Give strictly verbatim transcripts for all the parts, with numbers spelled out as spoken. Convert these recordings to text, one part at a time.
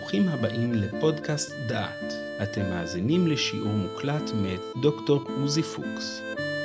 ברוכים הבאים לפודקאסט דעת. אתם מאזינים לשיעור מוקלט מאת דוקטור עוזי פוקס.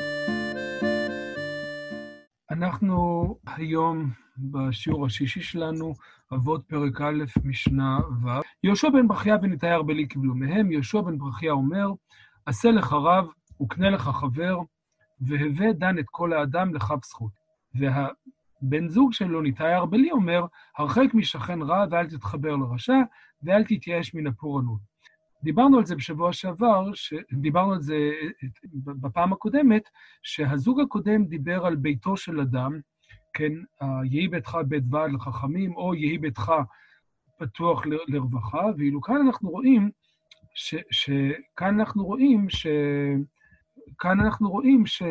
אנחנו היום בשיעור השישי שלנו, אבות פרק א' משנה ו'. יהושע בן ברכיה וניתאי ארבלי קיבלו מהם. יהושע בן ברכיה אומר, עשה לך רב וקנה לך חבר, והווה דן את כל האדם לכף זכות. והבן זוג שלו, ניתאי ארבלי, אומר, הרחק משכן רע ואל תתחבר לרשע, ואל תתייאש מן הפורענות. דיברנו על זה בשבוע שעבר, דיברנו על זה בפעם הקודמת, שהזוג הקודם דיבר על ביתו של אדם, כן, יהי ביתך בית ועד לחכמים, או יהי ביתך פתוח ל- לרווחה, ואילו כאן אנחנו רואים, ש, שכאן אנחנו רואים, ש, כאן אנחנו רואים ש,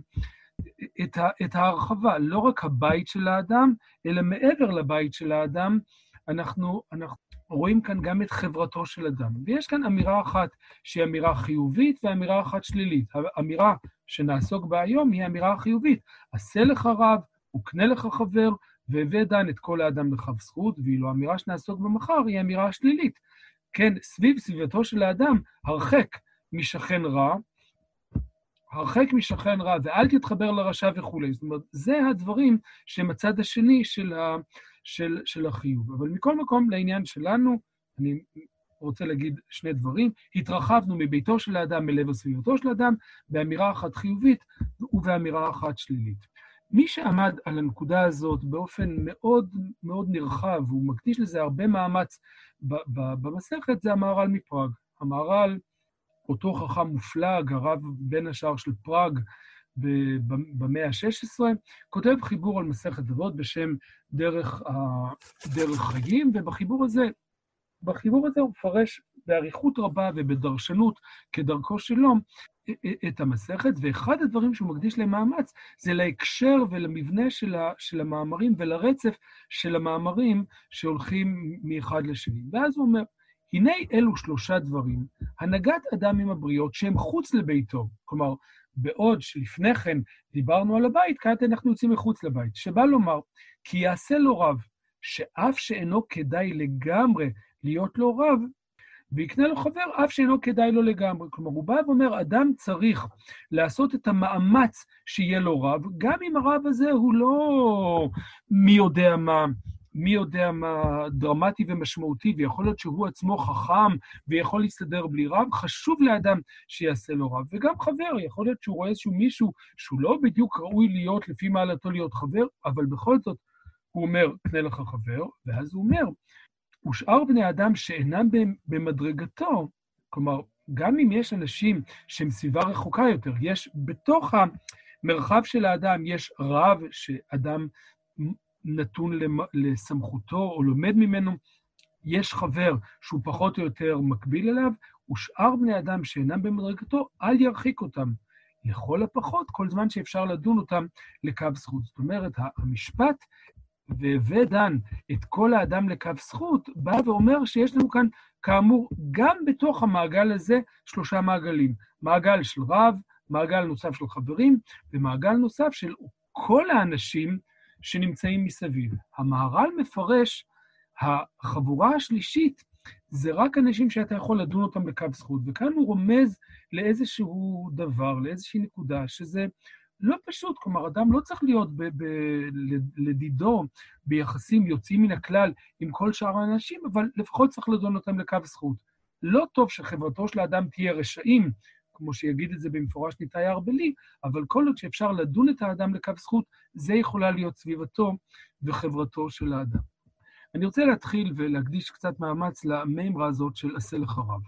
את, ה, את ההרחבה, לא רק הבית של האדם, אלא מעבר לבית של האדם, אנחנו, אנחנו רואים כאן גם את חברתו של אדם. ויש כאן אמירה אחת שהיא אמירה חיובית ואמירה אחת שלילית. האמירה שנעסוק בה היום היא אמירה חיובית. עשה לך רב וקנה לך חבר, והווה דן את כל האדם לכף זכות, ואילו האמירה שנעסוק בה מחר היא אמירה שלילית. כן, סביב סביבתו של האדם, הרחק משכן רע, הרחק משכן רע, ואל תתחבר לרשע וכו'. זאת אומרת, זה הדברים שהם הצד השני של ה... של, של החיוב. אבל מכל מקום, לעניין שלנו, אני רוצה להגיד שני דברים, התרחבנו מביתו של האדם אל עבר סביבתו של האדם, באמירה אחת חיובית ובאמירה אחת שלילית. מי שעמד על הנקודה הזאת באופן מאוד מאוד נרחב, והוא מקדיש לזה הרבה מאמץ ב- ב- במסכת, זה המהר"ל מפראג. המהר"ל, אותו חכם מופלג, הרב בין השאר של פראג, במאה ה-שש עשרה, כותב חיבור על מסכת אבות בשם דרך, דרך חיים, ובחיבור הזה, בחיבור הזה הוא מפרש באריכות רבה ובדרשנות כדרכו שלו את המסכת, ואחד הדברים שהוא מקדיש למאמץ זה להקשר ולמבנה של, ה, של המאמרים ולרצף של המאמרים שהולכים מאחד לשני. ואז הוא אומר, הנה אלו שלושה דברים, הנהגת אדם עם הבריות שהם חוץ לביתו, כלומר, בעוד שלפני כן דיברנו על הבית, כעת אנחנו יוצאים מחוץ לבית, שבא לומר, כי יעשה לו רב, שאף שאינו כדאי לגמרי להיות לו רב, ויקנה לו חבר, אף שאינו כדאי לו לגמרי. כלומר, הוא בא ואומר, אדם צריך לעשות את המאמץ שיהיה לו רב, גם אם הרב הזה הוא לא מי יודע מה, מי יודע מה דרמטי ומשמעותי, ויכול להיות שהוא עצמו חכם, ויכול להסתדר בלי רב, חשוב לאדם שיעשה לו רב. וגם חבר, יכול להיות שהוא רואה איזשהו מישהו, שהוא לא בדיוק ראוי להיות, לפי מעלתו להיות חבר, אבל בכל זאת, הוא אומר, קנה לך חבר, ואז הוא אומר, ושאר בני אדם שאינם במדרגתו, כלומר, גם אם יש אנשים שהם סביבה רחוקה יותר, יש בתוך המרחב של האדם, יש רב שאדם נתון לסמכותו או לומד ממנו, יש חבר שהוא פחות או יותר מקביל אליו, ושאר בני אדם שאינם במדרגתו, אל ירחיק אותם. לכל הפחות, כל זמן שאפשר לדון אותם לקו זכות. זאת אומרת, המשפט, והווה דן את כל האדם לקו זכות, בא ואומר שיש לנו כאן, כאמור, גם בתוך המעגל הזה, שלושה מעגלים. מעגל של רב, מעגל נוסף של חברים, ומעגל נוסף של כל האנשים שנמצאים מסביב. המהר"ל מפרש, החבורה השלישית, זה רק אנשים שאתה יכול לדון אותם לקו זכות, וכאן הוא רומז לאיזשהו דבר, לאיזושהי נקודה, שזה לא פשוט, כלומר, אדם לא צריך להיות ב- ב- לדידו ביחסים יוצאים מן הכלל עם כל שאר האנשים, אבל לפחות צריך לדון אותם לקו זכות. לא טוב שחברתו של האדם תהיה רשעים, כמו שיגיד את זה במפורש ניתאי ארבלי, אבל כל עוד שאפשר לדון את האדם לקו זכות, זה יכולה להיות סביבתו וחברתו של האדם. אני רוצה להתחיל ולהקדיש קצת מאמץ למימרה הזאת של עשה לך רב.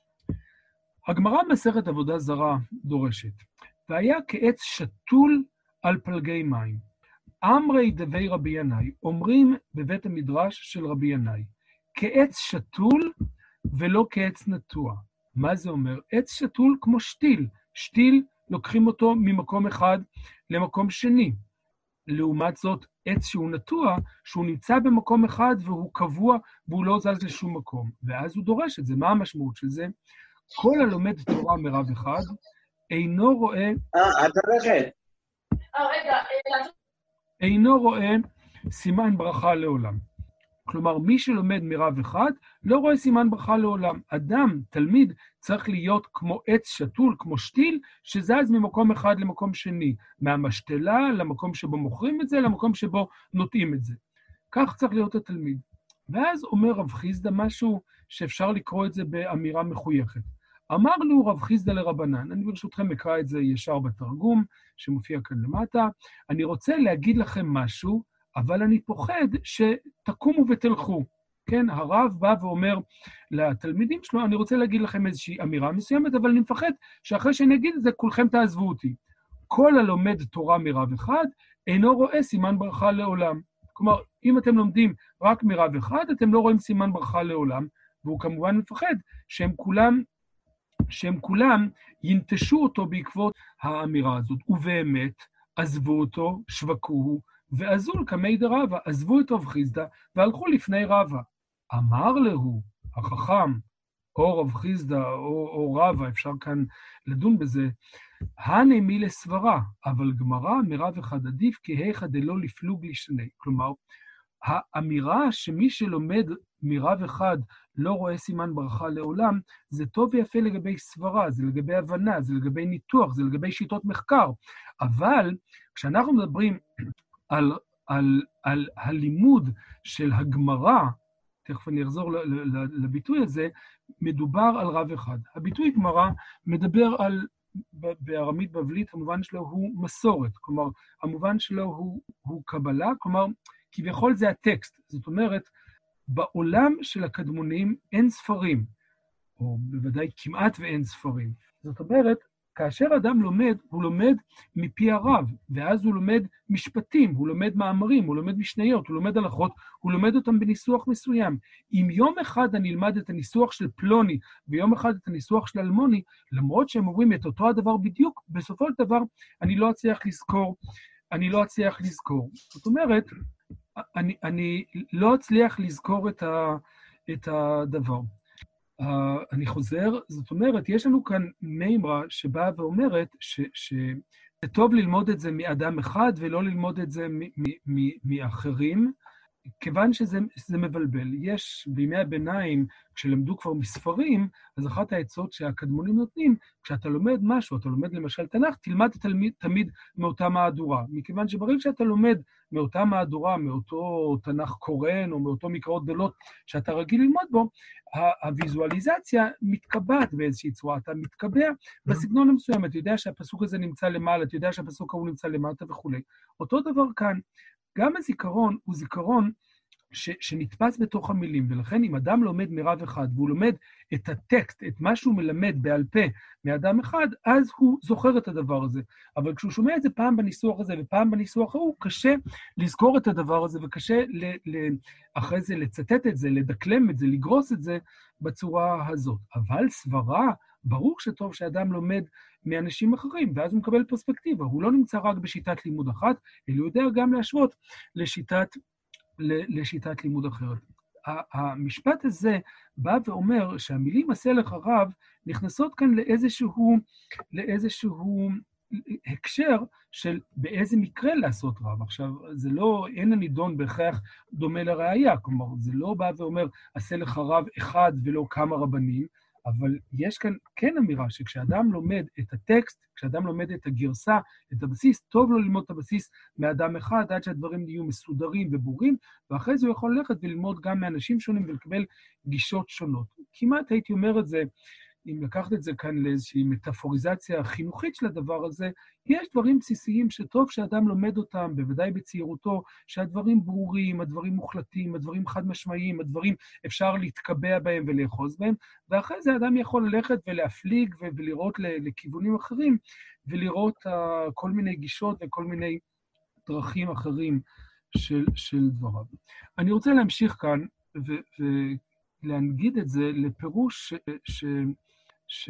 הגמרא במסכת עבודה זרה דורשת, והיה כעץ שתול על פלגי מים. אמרי דבי רבי ינאי, אומרים בבית המדרש של רבי ינאי, כעץ שתול ולא כעץ נטוע. מה זה אומר? עץ שתול כמו שתיל. שתיל לוקחים אותו ממקום אחד למקום שני. לעומת זאת, עץ שהוא נטוע, שהוא נמצא במקום אחד והוא קבוע והוא לא זז לשום מקום. ואז הוא דורש את זה. מה המשמעות של זה? כל הלומד תורה מרב אחד, אינו רואה... אה, אתה הולכת. אינו רואה סימן ברכה לעולם. כלומר, מי שלומד מרב אחד, לא רואה סימן ברכה לעולם. אדם, תלמיד, צריך להיות כמו עץ שתול, כמו שתיל, שזז ממקום אחד למקום שני, מהמשתלה למקום שבו מוכרים את זה, למקום שבו נוטעים את זה. כך צריך להיות התלמיד. ואז אומר רב חיסדא משהו שאפשר לקרוא את זה באמירה מחויכת. אמר לו רב חיסדא לרבנן, אני ברשותכם אקרא את זה ישר בתרגום, שמופיע כאן למטה, אני רוצה להגיד לכם משהו, אבל אני פוחד שתקומו ותלכו. כן, הרב בא ואומר לתלמידים שלו, אני רוצה להגיד לכם איזושהי אמירה מסוימת, אבל אני מפחד שאחרי שאני אגיד את זה, כולכם תעזבו אותי. כל הלומד תורה מרב אחד, אינו רואה סימן ברכה לעולם. כלומר, אם אתם לומדים רק מרב אחד, אתם לא רואים סימן ברכה לעולם, והוא כמובן מפחד שהם כולם, שהם כולם ינטשו אותו בעקבות האמירה הזאת. ובאמת, עזבו אותו, שבקוהו, ועזול כמי דרבה, עזבו את רב חיסדא, והלכו לפני רבא. אמר לו, החכם, או רב חיסדא, או, או רבא, אפשר כאן לדון בזה, הנה מי לסברה, אבל גמרא מרב אחד עדיף, כי היכא דלא לפלוג לשני. כלומר, האמירה שמי שלומד מרב אחד לא רואה סימן ברכה לעולם, זה טוב ויפה לגבי סברה, זה לגבי הבנה, זה לגבי ניתוח, זה לגבי שיטות מחקר. אבל כשאנחנו מדברים על, על, על הלימוד של הגמרא, תכף אני אחזור לביטוי הזה, מדובר על רב אחד. הביטוי גמרא מדבר על, בארמית בבלית, המובן שלו הוא מסורת, כלומר, המובן שלו הוא, הוא קבלה, כלומר, כביכול זה הטקסט. זאת אומרת, בעולם של הקדמונים אין ספרים, או בוודאי כמעט ואין ספרים. זאת אומרת, כאשר אדם לומד, הוא לומד מפי הרב, ואז הוא לומד משפטים, הוא לומד מאמרים, הוא לומד משניות, הוא לומד הלכות, הוא לומד אותם בניסוח מסוים. אם יום אחד אני אלמד את הניסוח של פלוני, ויום אחד את הניסוח של אלמוני, למרות שהם אומרים את אותו הדבר בדיוק, בסופו של דבר אני לא אצליח לזכור, אני לא אצליח לזכור. זאת אומרת, אני, אני לא אצליח לזכור את, ה, את הדבר. Uh, אני חוזר, זאת אומרת, יש לנו כאן מימרה שבאה ואומרת שזה טוב ללמוד את זה מאדם אחד ולא ללמוד את זה מאחרים, כיוון שזה מבלבל. יש בימי הביניים, כשלמדו כבר מספרים, אז אחת העצות שהקדמונים נותנים, כשאתה לומד משהו, אתה לומד למשל תנ"ך, תלמד תלמיד, תמיד מאותה מהדורה. מכיוון שברגע שאתה לומד מאותה מהדורה, מאותו תנ"ך קורן, או מאותו מקראות גדולות שאתה רגיל ללמוד בו, הוויזואליזציה מתקבעת באיזושהי צורה, אתה מתקבע בסגנון המסוים, אתה יודע שהפסוק הזה נמצא למעלה, אתה יודע שהפסוק ההוא נמצא למטה וכו'. אותו דבר כאן, גם הזיכרון הוא זיכרון ש, שנתפס בתוך המילים, ולכן אם אדם לומד מרב אחד, והוא לומד את הטקסט, את מה שהוא מלמד בעל פה מאדם אחד, אז הוא זוכר את הדבר הזה. אבל כשהוא שומע את זה פעם בניסוח הזה ופעם בניסוח ההוא, קשה לזכור את הדבר הזה, וקשה ל, ל, אחרי זה לצטט את זה, לדקלם את זה, לגרוס את זה בצורה הזאת. אבל סברה, ברור שטוב שאדם לומד מאנשים אחרים, ואז הוא מקבל פרספקטיבה. הוא לא נמצא רק בשיטת לימוד אחת, אלא הוא יודע גם להשוות לשיטת, לשיטת לימוד אחרת. המשפט הזה בא ואומר שהמילים עשה לך רב נכנסות כאן לאיזשהו, לאיזשהו הקשר של באיזה מקרה לעשות רב. עכשיו, זה לא, אין הנידון בהכרח דומה לראיה, כלומר, זה לא בא ואומר עשה לך רב אחד ולא כמה רבנים, אבל יש כאן כן אמירה שכשאדם לומד את הטקסט, כשאדם לומד את הגרסה, את הבסיס, טוב לו ללמוד את הבסיס מאדם אחד, עד שהדברים יהיו מסודרים וברורים, ואחרי זה הוא יכול ללכת וללמוד גם מאנשים שונים ולקבל גישות שונות. כמעט הייתי אומר את זה, אם לקחת את זה כאן לאיזושהי מטאפוריזציה חינוכית של הדבר הזה, יש דברים בסיסיים שטוב שאדם לומד אותם, בוודאי בצעירותו, שהדברים ברורים, הדברים מוחלטים, הדברים חד משמעיים, הדברים אפשר להתקבע בהם ולאחוז בהם, ואחרי זה אדם יכול ללכת ולהפליג ולראות לכיוונים אחרים, ולראות uh, כל מיני גישות וכל מיני דרכים אחרים של, של דבריו. אני רוצה להמשיך כאן ולהנגיד את זה לפירוש ש... ש ש...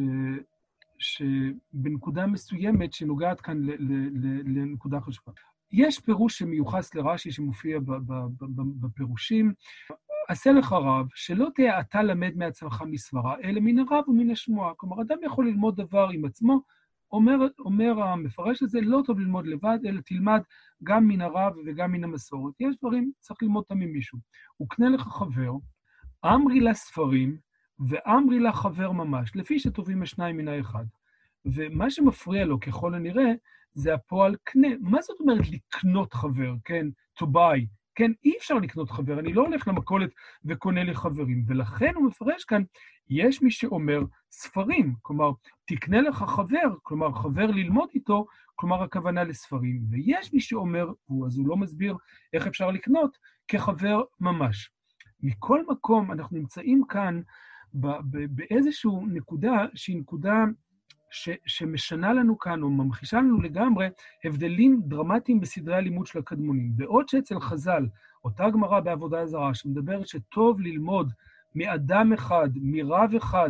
שבנקודה מסוימת שנוגעת כאן ל... ל... ל... לנקודה חשובה. יש פירוש שמיוחס לרש"י שמופיע ב... ב... ב... בפירושים, עשה לך רב, שלא תהיה אתה למד מעצמך מסברה, אלא מן הרב ומן השמועה. כלומר, אדם יכול ללמוד דבר עם עצמו, אומר, אומר המפרש הזה, לא טוב ללמוד לבד, אלא תלמד גם מן הרב וגם מן המסורת. יש דברים, צריך ללמוד אותם ממישהו. וקנה לך חבר, אמרי לה ספרים, ואמרי לה חבר ממש, לפי שטובים השניים מן האחד. ומה שמפריע לו, ככל הנראה, זה הפועל קנה. מה זאת אומרת לקנות חבר, כן? To buy. כן, אי אפשר לקנות חבר, אני לא הולך למכולת וקונה לי חברים. ולכן הוא מפרש כאן, יש מי שאומר ספרים, כלומר, תקנה לך חבר, כלומר, חבר ללמוד איתו, כלומר, הכוונה לספרים. ויש מי שאומר, אז הוא לא מסביר איך אפשר לקנות, כחבר ממש. מכל מקום, אנחנו נמצאים כאן באיזושהי נקודה, שהיא נקודה ש, שמשנה לנו כאן, או ממחישה לנו לגמרי, הבדלים דרמטיים בסדרי הלימוד של הקדמונים. בעוד שאצל חז"ל, אותה גמרא בעבודה זרה, שמדברת שטוב ללמוד מאדם אחד, מרב אחד,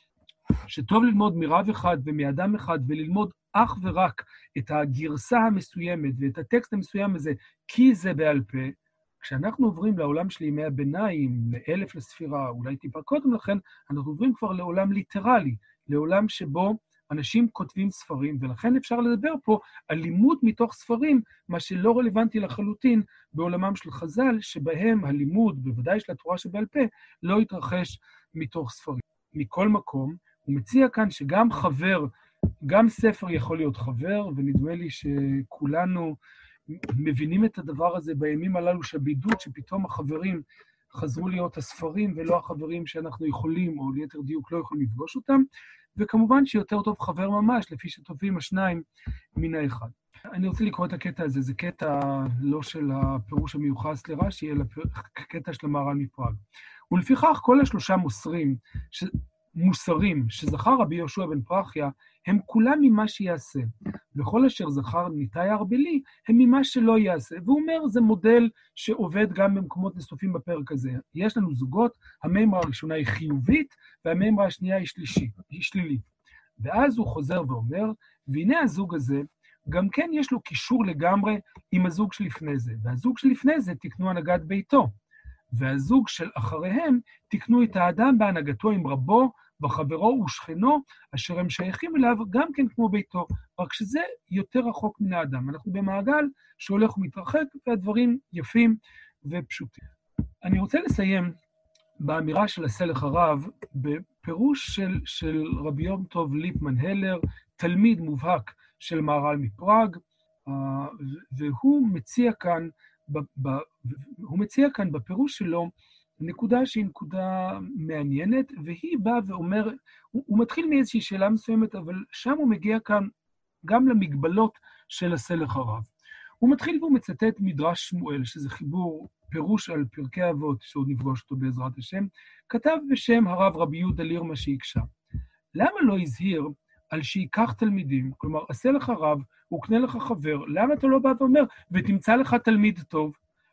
שטוב ללמוד מרב אחד ומאדם אחד, וללמוד אך ורק את הגרסה המסוימת ואת הטקסט המסוים הזה, כי זה בעל פה, כשאנחנו עוברים לעולם של ימי הביניים, לאלף לספירה, אולי טיפה קודם לכן, אנחנו עוברים כבר לעולם ליטרלי, לעולם שבו אנשים כותבים ספרים, ולכן אפשר לדבר פה על לימוד מתוך ספרים, מה שלא רלוונטי לחלוטין בעולמם של חז"ל, שבהם הלימוד, בוודאי של התורה שבעל פה, לא יתרחש מתוך ספרים. מכל מקום, הוא מציע כאן שגם חבר, גם ספר יכול להיות חבר, ונדמה לי שכולנו מבינים את הדבר הזה בימים הללו שהבידוד, שפתאום החברים חזרו להיות הספרים, ולא החברים שאנחנו יכולים, או ליתר דיוק לא יכולים לפגוש אותם, וכמובן שיותר טוב חבר ממש, לפי שטובים השניים מן האחד. אני רוצה לקרוא את הקטע הזה, זה קטע לא של הפירוש המיוחס לרש"י, אלא קטע של המהר"ל מפראג. ולפיכך כל השלושה מוסרים, ש... מוסרים שזכר רבי יהושע בן פרחיה, הם כולם ממה שיעשה. וכל אשר זכר ניתאי הארבלי, הם ממה שלא יעשה. והוא אומר, זה מודל שעובד גם במקומות נוספים בפרק הזה. יש לנו זוגות, הממרה הראשונה היא חיובית, והממרה השנייה היא שלישית, היא שלילית. ואז הוא חוזר ואומר, והנה הזוג הזה, גם כן יש לו קישור לגמרי עם הזוג שלפני זה. והזוג שלפני זה תקנו הנהגת ביתו. והזוג של אחריהם תקנו את האדם בהנהגתו עם רבו, וחברו ושכנו, אשר הם שייכים אליו גם כן כמו ביתו, רק שזה יותר רחוק מן האדם. אנחנו במעגל שהולך ומתרחק, והדברים יפים ופשוטים. אני רוצה לסיים באמירה של עשה לך רב, בפירוש של, של רבי יום טוב ליפמן הלר, תלמיד מובהק של מהר"ל מפראג, והוא מציע כאן, ב, ב, הוא מציע כאן בפירוש שלו, נקודה שהיא נקודה מעניינת, והיא באה ואומר, הוא, הוא מתחיל מאיזושהי שאלה מסוימת, אבל שם הוא מגיע כאן גם למגבלות של עשה לך רב. הוא מתחיל והוא מצטט מדרש שמואל, שזה חיבור, פירוש על פרקי אבות, שעוד נפגוש אותו בעזרת השם, כתב בשם הרב רבי יהודה לירמה שיקשה. למה לא הזהיר על שיקח תלמידים, כלומר, עשה לך רב, וקנה לך חבר, למה אתה לא בא ואומר, ותמצא לך תלמיד טוב?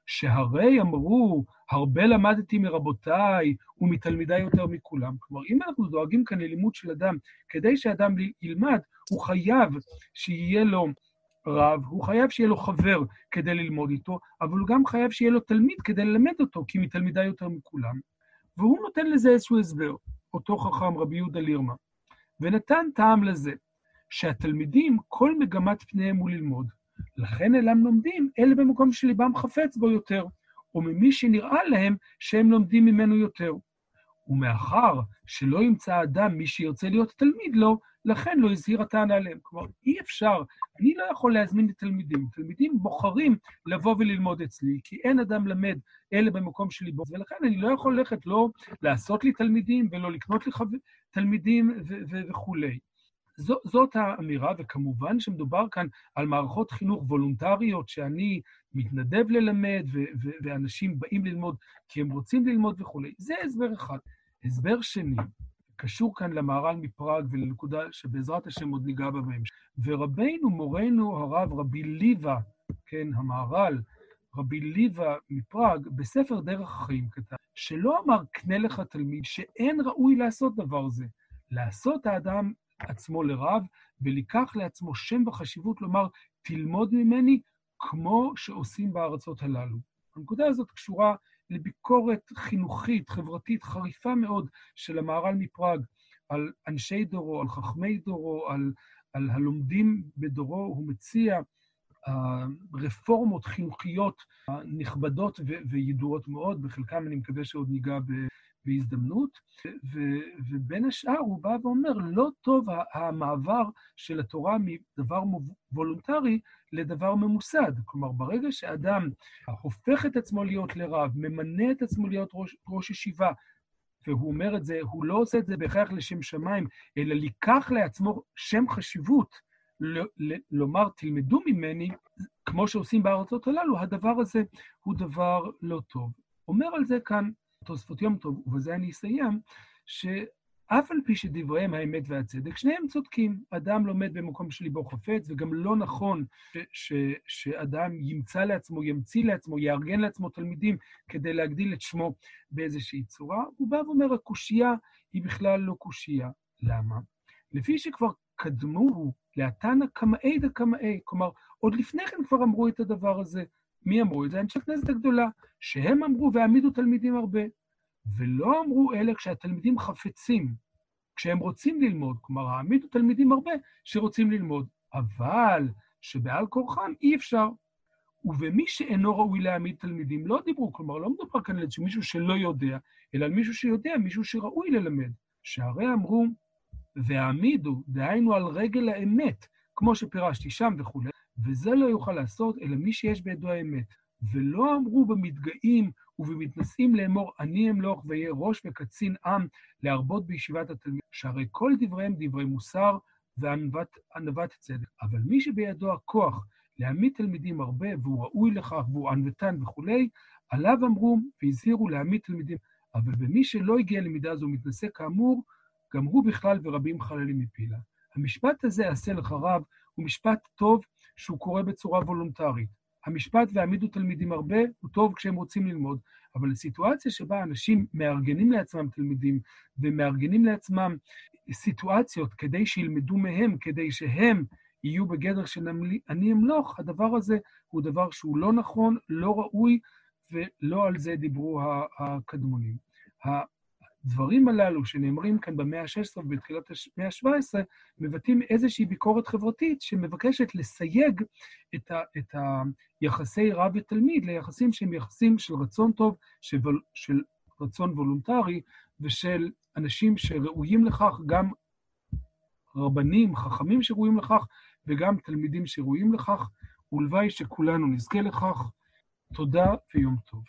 שהרי אמרו, הרבה למדתי מרבותיי ומתלמידיי יותר מכולם. כלומר, אם אנחנו דואגים כאן ללימוד של אדם, כדי שאדם ילמד, הוא חייב שיהיה לו רב, הוא חייב שיהיה לו חבר כדי ללמוד איתו, אבל הוא גם חייב שיהיה לו תלמיד כדי ללמד אותו, כי מתלמידיי יותר מכולם. והוא נותן לזה איזשהו הסבר, אותו חכם רבי יהודה לירמה, ונתן טעם לזה, שהתלמידים, כל מגמת פניהם הוא ללמוד, לכן אינם לומדים, אלה במקום שליבם חפץ בו יותר, או ממי שנראה להם שהם לומדים ממנו יותר. ומאחר שלא ימצא אדם מי שירצה להיות תלמיד לו, לכן לא הזהיר הטענה עליהם. כלומר, אי אפשר, אני לא יכול להזמין את תלמידים. תלמידים בוחרים לבוא וללמוד אצלי, כי אין אדם למד אלה במקום שליבו, ולכן אני לא יכול ללכת לא לעשות לי תלמידים, ולא לקנות לי חו... תלמידים ו- ו- וכולי. זו, זאת האמירה, וכמובן שמדובר כאן על מערכות חינוך וולונטריות, שאני מתנדב ללמד, ו- ו- ואנשים באים ללמוד כי הם רוצים ללמוד וכולי. זה הסבר אחד. הסבר שני, קשור כאן למהר"ל מפראג ולנקודה שבעזרת השם עוד ניגע בה בהמשך. ורבינו, מורנו, הרב רבי ליבה, כן, המהר"ל, רבי ליבה מפראג, בספר דרך החיים כתב, שלא אמר קנה לך תלמיד, שאין ראוי לעשות דבר זה. לעשות האדם עצמו לרב, וליקח לעצמו שם וחשיבות לומר, תלמוד ממני כמו שעושים בארצות הללו. הנקודה הזאת קשורה לביקורת חינוכית, חברתית, חריפה מאוד של המהר"ל מפראג, על אנשי דורו, על חכמי דורו, על, על הלומדים בדורו, הוא מציע רפורמות חינוכיות נכבדות וידועות מאוד, בחלקם אני מקווה שעוד ניגע בהזדמנות, ובין השאר הוא בא ואומר, לא טוב המעבר של התורה מדבר וולונטרי לדבר ממוסד. כלומר, ברגע שאדם הופך את עצמו להיות לרב, ממנה את עצמו להיות ראש, ראש ישיבה, והוא אומר את זה, הוא לא עושה את זה בהכרח לשם שמיים, אלא לקח לעצמו שם חשיבות, לומר, תלמדו ממני, כמו שעושים בארצות הללו, הדבר הזה הוא דבר לא טוב. אומר על זה כאן תוספות יום טוב, ובזה אני אסיים, שאף על פי שדבריהם האמת והצדק, שניהם צודקים. אדם לומד במקום שליבו חפץ, וגם לא נכון ש- ש- שאדם ימצא לעצמו, ימציא לעצמו, יארגן לעצמו תלמידים כדי להגדיל את שמו באיזושהי צורה. הוא בא ואומר, הקושייה היא בכלל לא קושייה. למה? לפי שכבר קדמו להתנא קמאי דקמאי, כלומר, עוד לפני כן כבר אמרו את הדבר הזה. מי אמרו את זה? אנשי כנסת הגדולה, שהם אמרו והעמידו תלמידים הרבה. ולא אמרו אלה כשהתלמידים חפצים, כשהם רוצים ללמוד, כלומר, העמידו תלמידים הרבה שרוצים ללמוד, אבל שבעל כורחם אי אפשר. ובמי שאינו ראוי להעמיד תלמידים לא דיברו, כלומר, לא מדובר כאן על מישהו שלא יודע, אלא על מישהו שיודע, מישהו שראוי ללמד. שהרי אמרו, והעמידו, דהיינו על רגל האמת, כמו שפירשתי שם וכו', וזה לא יוכל לעשות, אלא מי שיש בידו האמת. ולא אמרו במתגאים ובמתנשאים לאמור, אני אמלוך ויהיה ראש וקצין עם להרבות בישיבת התלמיד, שהרי כל דבריהם דברי מוסר וענוות צדק. אבל מי שבידו הכוח להעמיד תלמידים הרבה, והוא ראוי לכך, והוא ענוותן וכו', עליו אמרו והזהירו להעמיד תלמידים. אבל במי שלא הגיע למידה זו מתנשא כאמור, גם הוא בכלל ורבים חללים מפילה. המשפט הזה, עשה לך רב, הוא משפט טוב שהוא קורא בצורה וולונטרית. המשפט והעמידו תלמידים הרבה הוא טוב כשהם רוצים ללמוד, אבל הסיטואציה שבה אנשים מארגנים לעצמם תלמידים ומארגנים לעצמם סיטואציות כדי שילמדו מהם, כדי שהם יהיו בגדר של אני אמלוך, הדבר הזה הוא דבר שהוא לא נכון, לא ראוי, ולא על זה דיברו הקדמונים. הדברים הללו שנאמרים כאן במאה ה-שש עשרה ובתחילת המאה ה-שבע עשרה, מבטאים איזושהי ביקורת חברתית שמבקשת לסייג את, ה, את היחסי רב ותלמיד ליחסים שהם יחסים של רצון טוב, של, של רצון וולונטרי, ושל אנשים שראויים לכך, גם רבנים, חכמים שראויים לכך, וגם תלמידים שראויים לכך, ולוואי שכולנו נזכה לכך. תודה ויום טוב.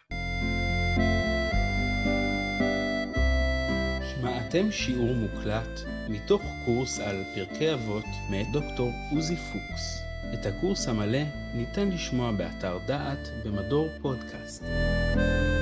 שמעתם שיעור מוקלט מתוך קורס על פרקי אבות מאת דוקטור עוזי פוקס. את הקורס המלא ניתן לשמוע באתר דעת במדור פודקאסט.